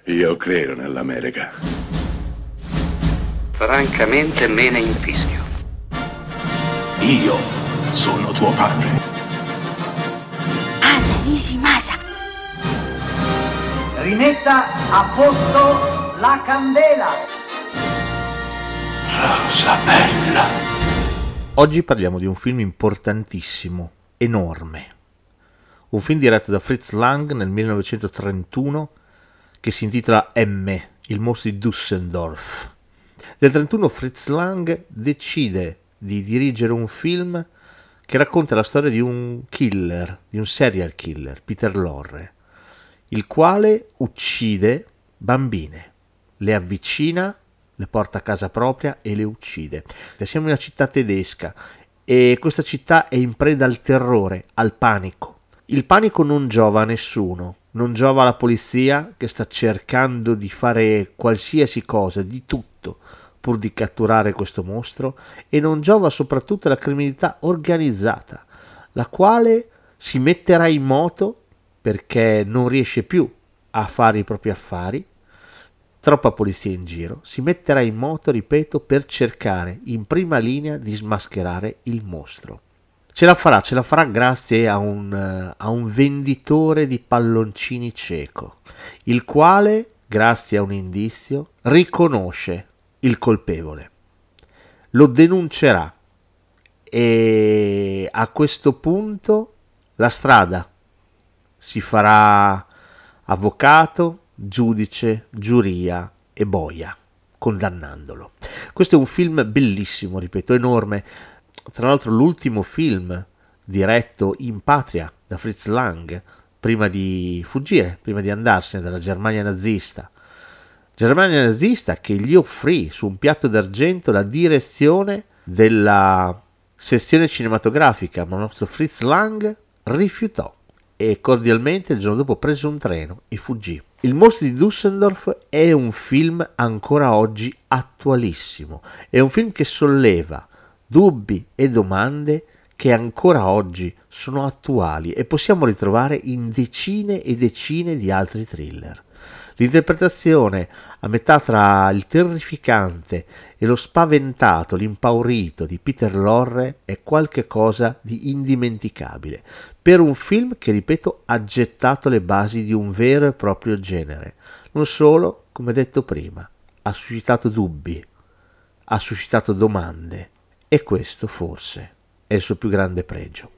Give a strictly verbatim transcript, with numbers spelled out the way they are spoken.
Io credo nell'America. Francamente me ne infischio. Io sono tuo padre. Anna Nishimasa. Rimetta a posto la candela. Rosa bella. Oggi parliamo di un film importantissimo, enorme. Un film diretto da Fritz Lang nel millenovecentotrentuno che si intitola M, il mostro di Düsseldorf. Nel trentuno Fritz Lang decide di dirigere un film che racconta la storia di un killer, di un serial killer, Peter Lorre, il quale uccide bambine, le avvicina, le porta a casa propria e le uccide. Siamo in una città tedesca e questa città è in preda al terrore, al panico. Il panico non giova a nessuno, non giova alla polizia che sta cercando di fare qualsiasi cosa, di tutto, pur di catturare questo mostro, e non giova soprattutto alla criminalità organizzata, la quale si metterà in moto perché non riesce più a fare i propri affari, troppa polizia in giro, si metterà in moto, ripeto, per cercare in prima linea di smascherare il mostro. Ce la farà, ce la farà grazie a un, a un venditore di palloncini cieco, il quale, grazie a un indizio, riconosce il colpevole, lo denuncerà e a questo punto la strada si farà avvocato, giudice, giuria e boia, condannandolo. Questo è un film bellissimo, ripeto, enorme. Tra l'altro l'ultimo film diretto in patria da Fritz Lang prima di fuggire, prima di andarsene dalla Germania nazista. Germania nazista che gli offrì su un piatto d'argento la direzione della sezione cinematografica, ma il nostro Fritz Lang rifiutò e cordialmente il giorno dopo prese un treno e fuggì. Il mostro di Düsseldorf è un film ancora oggi attualissimo, è un film che solleva dubbi e domande che ancora oggi sono attuali e possiamo ritrovare in decine e decine di altri thriller. L'interpretazione a metà tra il terrificante e lo spaventato, l'impaurito di Peter Lorre è qualcosa di indimenticabile per un film che, ripeto, ha gettato le basi di un vero e proprio genere. Non solo, come detto prima, ha suscitato dubbi, ha suscitato domande. E questo forse è il suo più grande pregio.